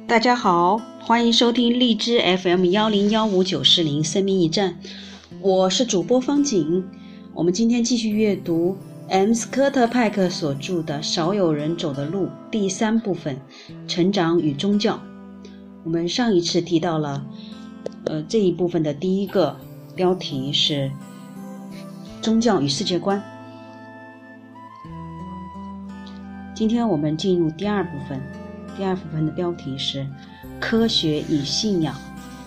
大家好，欢迎收听荔枝 FM101594生命驿站，我是主播方景。我们今天继续阅读 M. 斯科特派克所著的《少有人走的路》第3部分，成长与宗教。我们上一次提到了这一部分的第一个标题是宗教与世界观。今天我们进入第二部分，第二部分的标题是科学与信仰。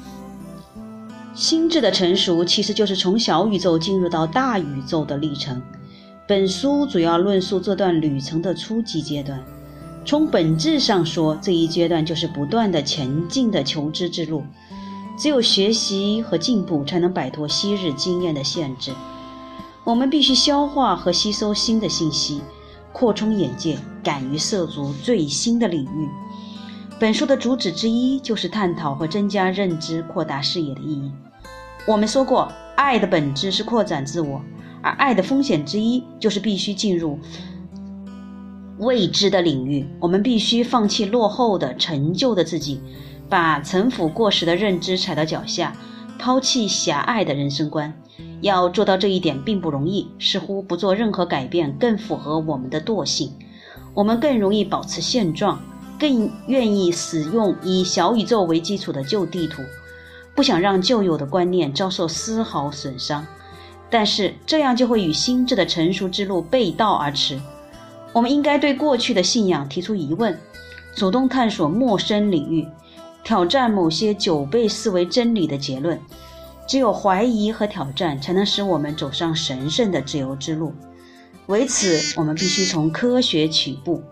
心智的成熟其实就是从小宇宙进入到大宇宙的历程。本书主要论述这段旅程的初级阶段。从本质上说，这一阶段就是不断的前进的求知之路。只有学习和进步才能摆脱昔日经验的限制。我们必须消化和吸收新的信息，扩充眼界，敢于涉足最新的领域。本书的主旨之一就是探讨和增加认知、扩大视野的意义。我们说过，爱的本质是扩展自我，而爱的风险之一就是必须进入未知的领域。我们必须放弃落后的、陈旧的自己，把陈腐过时的认知踩到脚下，抛弃狭隘的人生观。要做到这一点并不容易，似乎不做任何改变更符合我们的惰性。我们更容易保持现状，更愿意使用以小宇宙为基础的旧地图，不想让旧有的观念遭受丝毫损伤。但是这样就会与心智的成熟之路背道而驰。我们应该对过去的信仰提出疑问，主动探索陌生领域，挑战某些久被视为真理的结论。只有怀疑和挑战才能使我们走上神圣的自由之路。为此，我们必须从科学起步，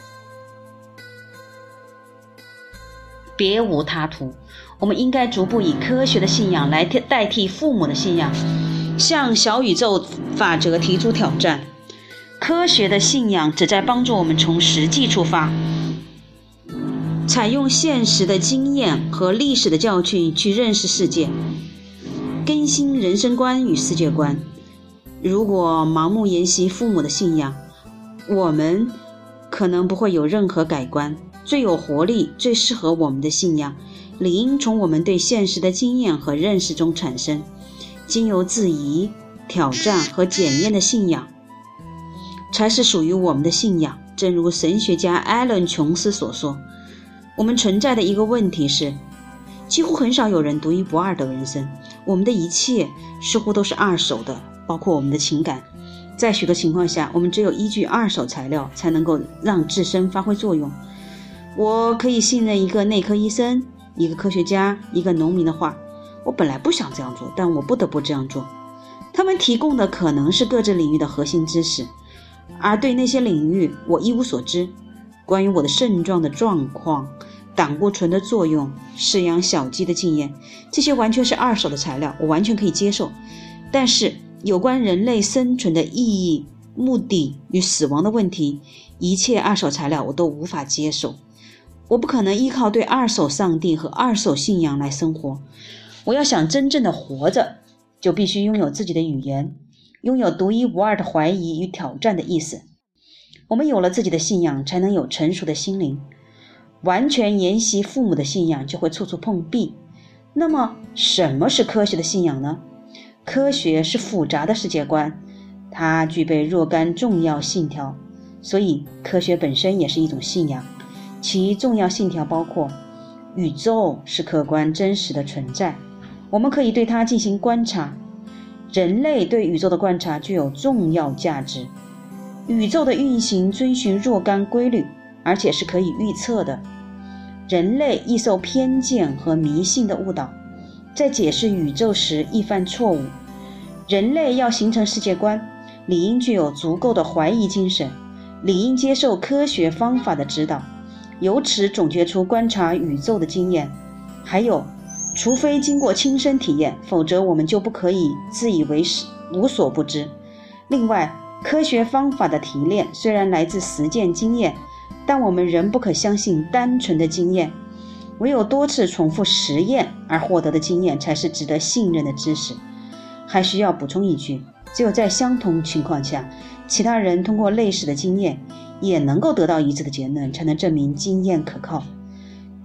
别无他途。我们应该逐步以科学的信仰来代替父母的信仰，向小宇宙法则提出挑战。科学的信仰旨在帮助我们从实际出发，采用现实的经验和历史的教训去认识世界，更新人生观与世界观。如果盲目沿袭父母的信仰，我们可能不会有任何改观。最有活力、最适合我们的信仰，理应从我们对现实的经验和认识中产生。经由质疑、挑战和检验的信仰，才是属于我们的信仰。正如神学家艾伦·琼斯所说，我们存在的一个问题是，几乎很少有人独一无二的人生。我们的一切似乎都是二手的，包括我们的情感。在许多情况下，我们只有依据二手材料才能够让自身发挥作用。我可以信任一个内科医生、一个科学家、一个农民的话，我本来不想这样做，但我不得不这样做。他们提供的可能是各自领域的核心知识，而对那些领域我一无所知。关于我的肾脏的状况、胆固醇的作用、饲养小鸡的经验，这些完全是二手的材料，我完全可以接受。但是有关人类生存的意义、目的与死亡的问题，一切二手材料我都无法接受。我不可能依靠对二手上帝和二手信仰来生活。我要想真正的活着，就必须拥有自己的语言，拥有独一无二的怀疑与挑战的意思。我们有了自己的信仰，才能有成熟的心灵。完全沿袭父母的信仰就会处处碰壁。那么什么是科学的信仰呢？科学是复杂的世界观，它具备若干重要信条，所以科学本身也是一种信仰。其重要信条包括：宇宙是客观真实的存在，我们可以对它进行观察。人类对宇宙的观察具有重要价值。宇宙的运行遵循若干规律，而且是可以预测的。人类易受偏见和迷信的误导，在解释宇宙时易犯错误。人类要形成世界观，理应具有足够的怀疑精神，理应接受科学方法的指导，由此总结出观察宇宙的经验。还有，除非经过亲身体验，否则我们就不可以自以为是无所不知。另外，科学方法的提炼虽然来自实践经验，但我们仍不可相信单纯的经验。唯有多次重复实验而获得的经验才是值得信任的知识。还需要补充一句，只有在相同情况下，其他人通过类似的经验也能够得到一致的结论，才能证明经验可靠。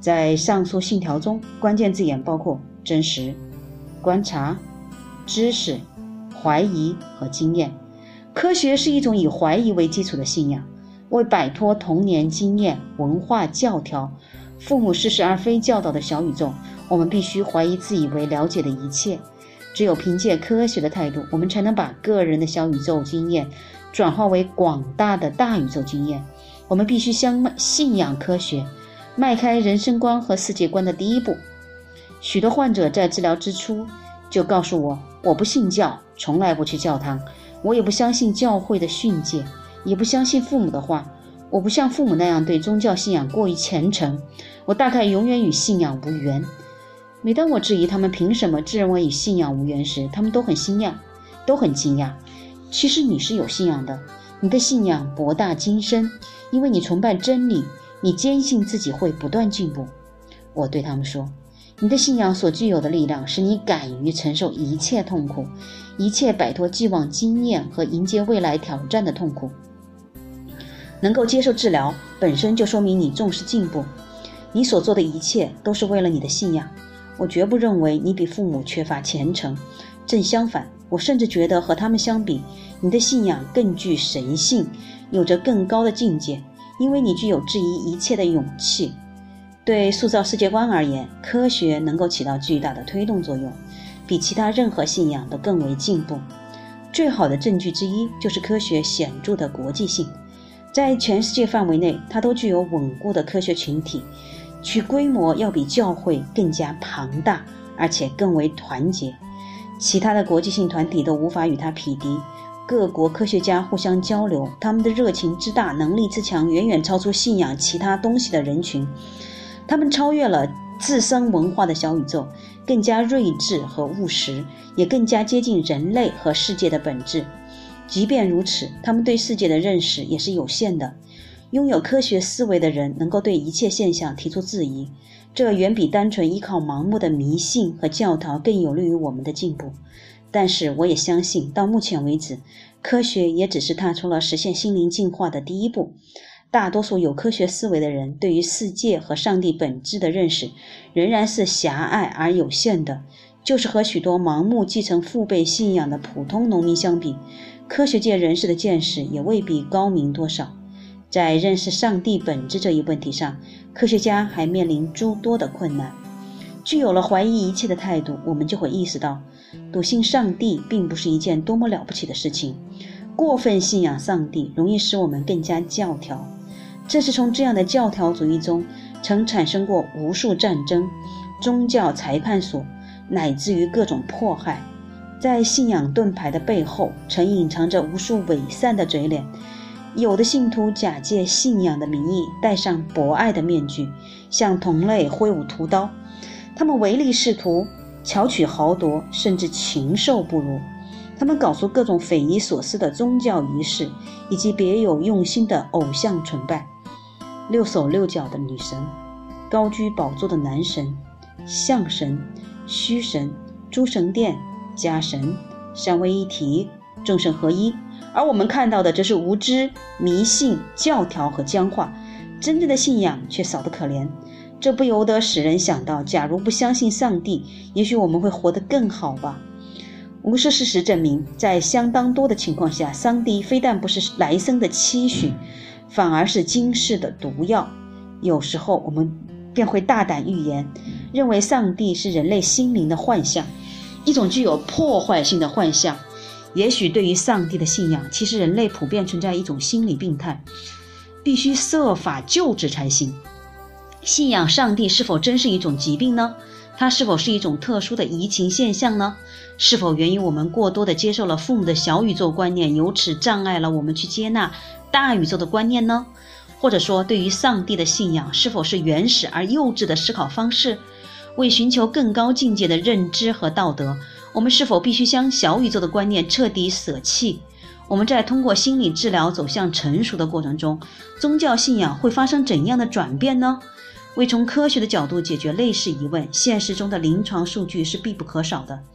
在上述信条中，关键字眼包括真实、观察、知识、怀疑和经验。科学是一种以怀疑为基础的信仰。为摆脱童年经验、文化教条、父母似是而非教导的小宇宙，我们必须怀疑自以为了解的一切。只有凭借科学的态度，我们才能把个人的小宇宙经验转化为广大的大宇宙经验。我们必须信仰科学，迈开人生观和世界观的第一步。许多患者在治疗之初就告诉我，我不信教，从来不去教堂，我也不相信教会的训诫，也不相信父母的话，我不像父母那样对宗教信仰过于虔诚，我大概永远与信仰无缘。每当我质疑他们凭什么自认为与信仰无缘时，他们都很惊讶。其实你是有信仰的，你的信仰博大精深，因为你崇拜真理，你坚信自己会不断进步。我对他们说，你的信仰所具有的力量使你敢于承受一切痛苦，一切摆脱既往经验和迎接未来挑战的痛苦。能够接受治疗本身就说明你重视进步，你所做的一切都是为了你的信仰。我绝不认为你比父母缺乏虔诚，正相反，我甚至觉得和他们相比，你的信仰更具神性，有着更高的境界，因为你具有质疑一切的勇气。对塑造世界观而言，科学能够起到巨大的推动作用，比其他任何信仰都更为进步。最好的证据之一就是科学显著的国际性，在全世界范围内，它都具有稳固的科学群体，其规模要比教会更加庞大，而且更为团结。其他的国际性团体都无法与它匹敌。各国科学家互相交流，他们的热情之大，能力之强，远远超出信仰其他东西的人群。他们超越了自身文化的小宇宙，更加睿智和务实，也更加接近人类和世界的本质。即便如此，他们对世界的认识也是有限的。拥有科学思维的人能够对一切现象提出质疑，这远比单纯依靠盲目的迷信和教条更有利于我们的进步。但是我也相信，到目前为止，科学也只是踏出了实现心灵进化的第一步。大多数有科学思维的人对于世界和上帝本质的认识仍然是狭隘而有限的，就是和许多盲目继承父辈信仰的普通农民相比，科学界人士的见识也未必高明多少。在认识上帝本质这一问题上，科学家还面临诸多的困难。具有了怀疑一切的态度，我们就会意识到，笃信上帝并不是一件多么了不起的事情。过分信仰上帝容易使我们更加教条。正是从这样的教条主义中，曾产生过无数战争、宗教裁判所，乃至于各种迫害。在信仰盾牌的背后，曾隐藏着无数伪善的嘴脸。有的信徒假借信仰的名义，戴上博爱的面具，向同类挥舞屠刀。他们唯利是图，巧取豪夺，甚至禽兽不如。他们搞出各种匪夷所思的宗教仪式，以及别有用心的偶像崇拜。六手六脚的女神，高居宝座的男神，象神、虚神、诸神殿、家神，三位一体，众神合一。而我们看到的则是无知、迷信、教条和僵化，真正的信仰却少得可怜。这不由得使人想到，假如不相信上帝，也许我们会活得更好吧。无数事实证明，在相当多的情况下，上帝非但不是来生的期许，反而是今世的毒药。有时候我们便会大胆预言，认为上帝是人类心灵的幻象，一种具有破坏性的幻象。也许对于上帝的信仰，其实人类普遍存在一种心理病态，必须设法救治才行。信仰上帝是否真是一种疾病呢？它是否是一种特殊的移情现象呢？是否源于我们过多地接受了父母的小宇宙观念，由此障碍了我们去接纳大宇宙的观念呢？或者说，对于上帝的信仰是否是原始而幼稚的思考方式？为寻求更高境界的认知和道德，我们是否必须将小宇宙的观念彻底舍弃？我们在通过心理治疗走向成熟的过程中，宗教信仰会发生怎样的转变呢？为从科学的角度解决类似疑问，现实中的临床数据是必不可少的。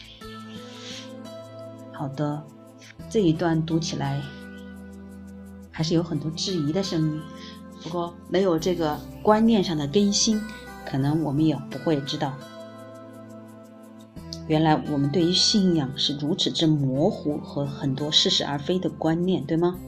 好的，这一段读起来还是有很多质疑的声音，不过没有这个观念上的更新， 可能我们也不会知道，原来我们对于信仰是如此之模糊和很多似是而非的观念，对吗？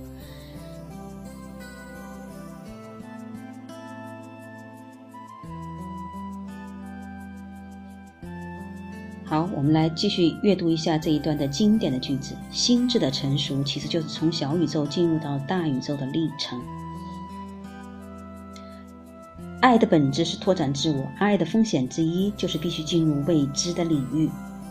好，我们来继续阅读一下这一段的经典的句子。心智的成熟其实就是从小宇宙进入到大宇宙的历程。爱的本质是拓展自我，爱的风险之一就是必须进入未知的领域。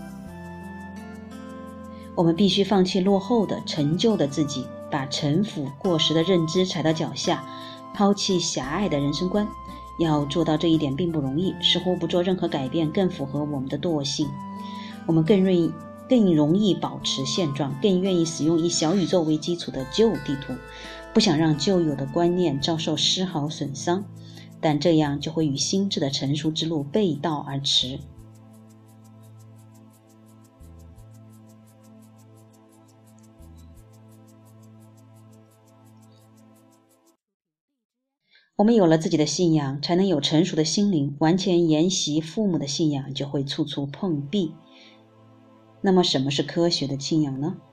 我们必须放弃落后的、陈旧的自己，把陈腐过时的认知踩到脚下，抛弃狭隘的人生观。要做到这一点并不容易，似乎不做任何改变更符合我们的惰性。我们更容易保持现状，更愿意使用以小宇宙为基础的旧地图，不想让旧有的观念遭受丝毫损伤，但这样就会与心智的成熟之路背道而驰。我们有了自己的信仰，才能有成熟的心灵。完全沿袭父母的信仰，就会处处碰壁。那么什么是科学的信仰呢？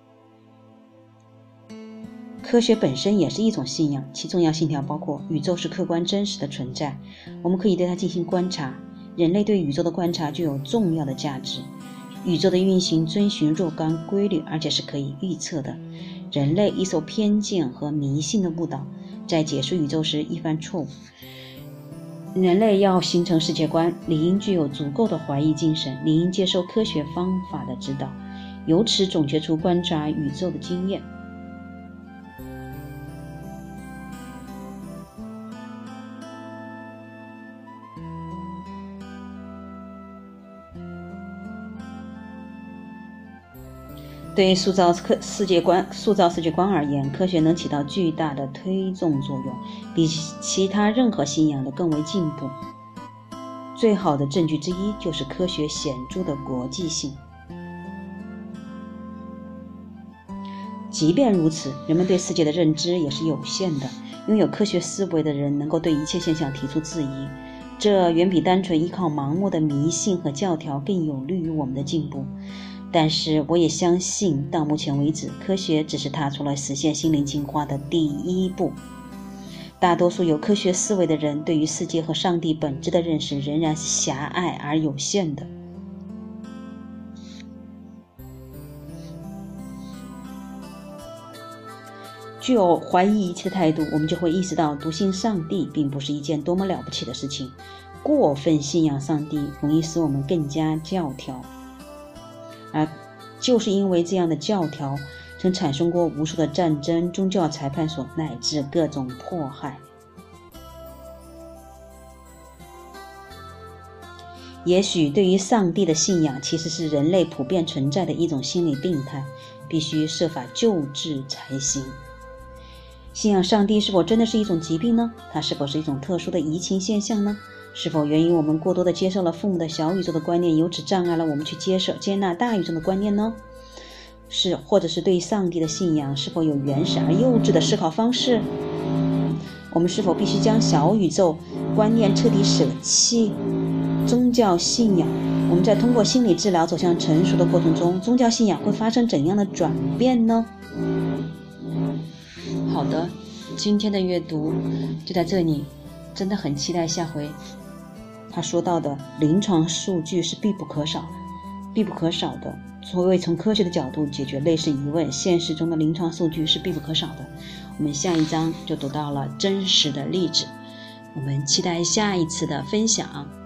科学本身也是一种信仰，其重要信条包括：宇宙是客观真实的存在，我们可以对它进行观察，人类对宇宙的观察具有重要的价值。宇宙的运行遵循若干规律，而且是可以预测的。人类易受偏见和迷信的误导，在解释宇宙时一犯错误。人类要形成世界观，理应具有足够的怀疑精神，理应接受科学方法的指导，由此总结出观察宇宙的经验。对于塑造世界观而言，科学能起到巨大的推动作用，比其他任何信仰的更为进步。最好的证据之一就是科学显著的国际性。即便如此，人们对世界的认知也是有限的。拥有科学思维的人能够对一切现象提出质疑，这远比单纯依靠盲目的迷信和教条更有利于我们的进步。但是我也相信，到目前为止，科学只是踏出了实现心灵进化的第一步。大多数有科学思维的人对于世界和上帝本质的认识仍然是狭隘而有限的。具有怀疑一切的态度，我们就会意识到笃信上帝并不是一件多么了不起的事情。过分信仰上帝容易使我们更加教条，而就是因为这样的教条曾产生过无数的战争、宗教裁判所乃至各种迫害。也许对于上帝的信仰其实是人类普遍存在的一种心理病态，必须设法救治才行。信仰上帝是否真的是一种疾病呢？它是否是一种特殊的移情现象呢？是否源于我们过多地接受了父母的小宇宙的观念，由此障碍了我们去接纳大宇宙的观念呢？或者是对上帝的信仰是否有原始而幼稚的思考方式？我们是否必须将小宇宙观念彻底舍弃？宗教信仰，我们在通过心理治疗走向成熟的过程中，宗教信仰会发生怎样的转变呢？好的，今天的阅读就在这里，真的很期待下回他说到的临床数据是必不可少的。所谓从科学的角度解决类似疑问，现实中的临床数据是必不可少的。我们下一章就读到了真实的例子，我们期待下一次的分享。